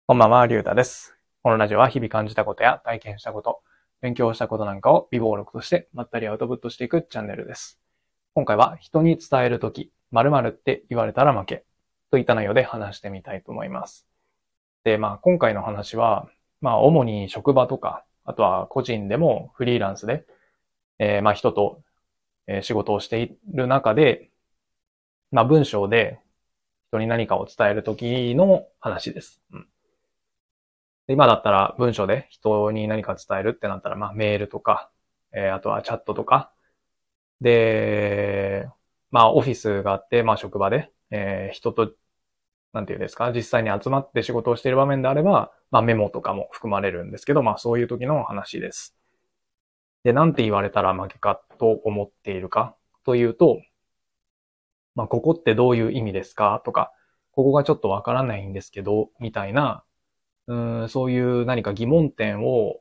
こんばんは、りゅうたです。このラジオは日々感じたことや体験したこと、勉強したことなんかを微暴録としてまったりアウトプットしていくチャンネルです。今回は人に伝えるとき、〇〇って言われたら負けといった内容で話してみたいと思います。で、今回の話は、主に職場とか、あとは個人でもフリーランスで、人と仕事をしている中で、文章で人に何かを伝えるときの話です。で今だったら文章で人に何か伝えるってなったら、メールとか、あとはチャットとか、で、オフィスがあって、職場で、人と、なんていうんですか、実際に集まって仕事をしている場面であれば、メモとかも含まれるんですけど、そういう時の話です。で、なんて言われたら負けかと思っているかというと、ここってどういう意味ですかとか、ここがちょっとわからないんですけど、みたいな、そういう何か疑問点を、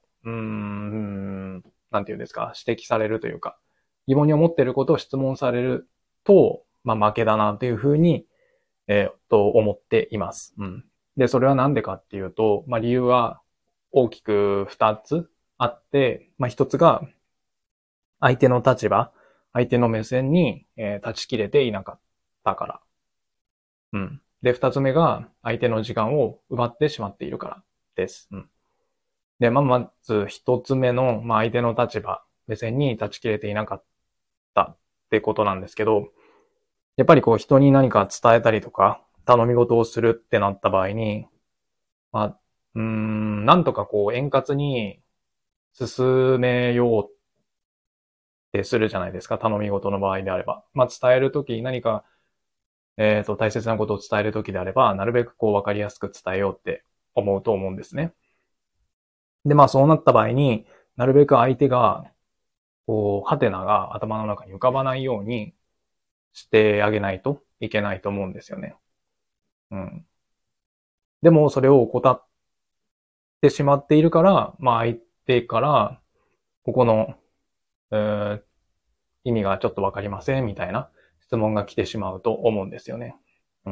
なんていうんですか、指摘されるというか、疑問に思っていることを質問されると、負けだなというふうに、思っています。で、それはなんでかっていうと、理由は大きく二つあって、一つが、相手の立場、相手の目線に、立ちきれていなかったから。で、二つ目が、相手の時間を奪ってしまっているからです。で、まず一つ目の、相手の立場、目線に立ちきれていなかったってことなんですけど、やっぱりこう人に何か伝えたりとか、頼み事をするってなった場合に、まあ、なんとかこう円滑に進めようってするじゃないですか、頼み事の場合であれば。伝えるときに何か、大切なことを伝えるときであれば、なるべくこうわかりやすく伝えようって思うと思うんですね。で、そうなった場合に、なるべく相手がこう、ハテナが頭の中に浮かばないようにしてあげないといけないと思うんですよね。うん。でも、それを怠ってしまっているから、相手から、ここの、えー意味がちょっとわかりません、みたいな質問が来てしまうと思うんですよね。うん。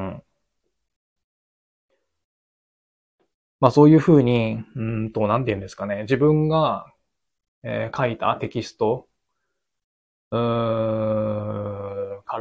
そういうふうに、なんて言うんですかね。自分が、書いたテキスト、から、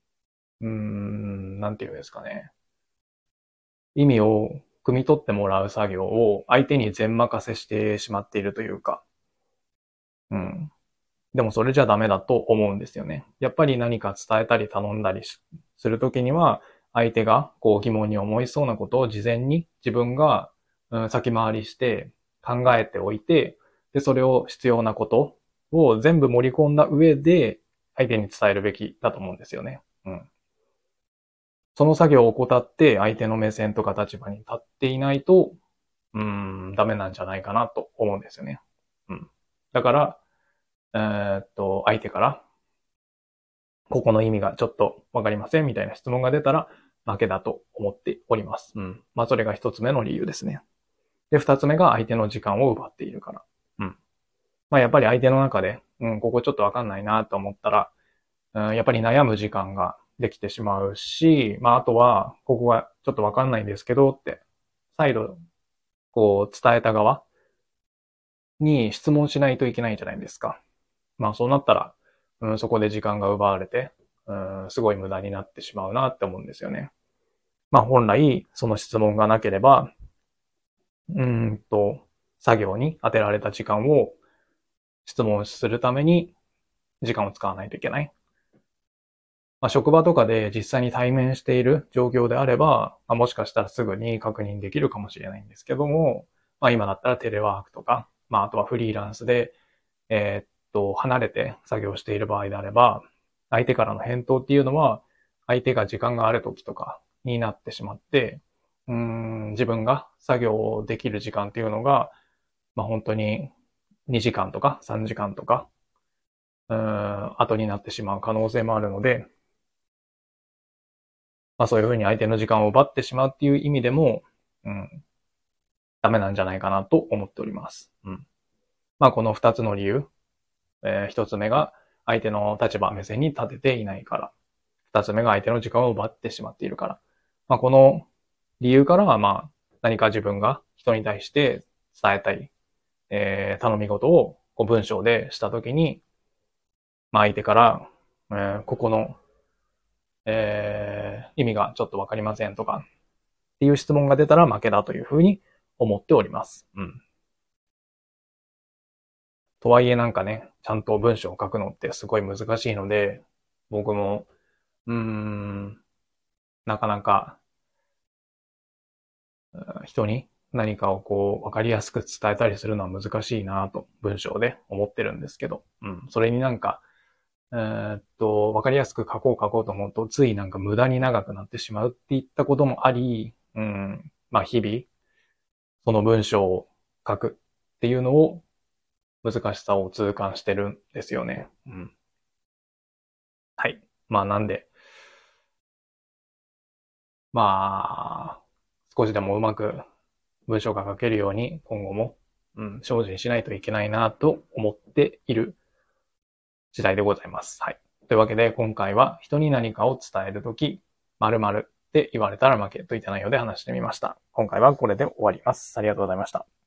なんて言うんですかね。意味を汲み取ってもらう作業を相手に全任せしてしまっているというか、うん。でもそれじゃダメだと思うんですよね。やっぱり何か伝えたり頼んだりするときには、相手がこう疑問に思いそうなことを事前に自分が、先回りして考えておいて、で、それを必要なことを全部盛り込んだ上で相手に伝えるべきだと思うんですよね。その作業を怠って相手の目線とか立場に立っていないと、ダメなんじゃないかなと思うんですよね。うん。だから、相手から、ここの意味がちょっとわかりませんみたいな質問が出たら、負けだと思っております。それが一つ目の理由ですね。で、二つ目が相手の時間を奪っているから。うん。やっぱり相手の中で、ここちょっとわかんないなと思ったら、やっぱり悩む時間ができてしまうし、あとは、ここがちょっとわかんないんですけどって、再度、こう、伝えた側に質問しないといけないじゃないですか。そうなったら、そこで時間が奪われて、すごい無駄になってしまうなって思うんですよね。本来、その質問がなければ、うーんと、作業に当てられた時間を質問するために時間を使わないといけない。職場とかで実際に対面している状況であれば、もしかしたらすぐに確認できるかもしれないんですけども、今だったらテレワークとか、あとはフリーランスで、離れて作業している場合であれば、相手からの返答っていうのは、相手が時間がある時とかになってしまって、自分が作業できる時間っていうのが、本当に2時間とか3時間とか、後になってしまう可能性もあるので、そういうふうに相手の時間を奪ってしまうっていう意味でも、うん、ダメなんじゃないかなと思っております。この二つの理由、一つ目が相手の立場、目線に立てていないから。二つ目が相手の時間を奪ってしまっているから。この理由からは、 何か自分が人に対して伝えたい、頼み事をこう文章でしたときに、まあ相手から、ここの、意味がちょっとわかりませんとかっていう質問が出たら負けだというふうに思っております。うん。とはいえなんかね、ちゃんと文章を書くのってすごい難しいので、僕も、なかなか人に何かをこう、わかりやすく伝えたりするのは難しいなと、文章で思ってるんですけど、それになんか、わかりやすく書こうと思うと、ついなんか無駄に長くなってしまうっていったこともあり、まあ日々、その文章を書くっていうのを難しさを痛感してるんですよね。はい。まあなんで、まあ、少しでもうまく文章が書けるように今後も、精進しないといけないなと思っている次第でございます。はい。というわけで今回は人に何かを伝えるとき、〇〇って言われたら負けといった内容で話してみました。今回はこれで終わります。ありがとうございました。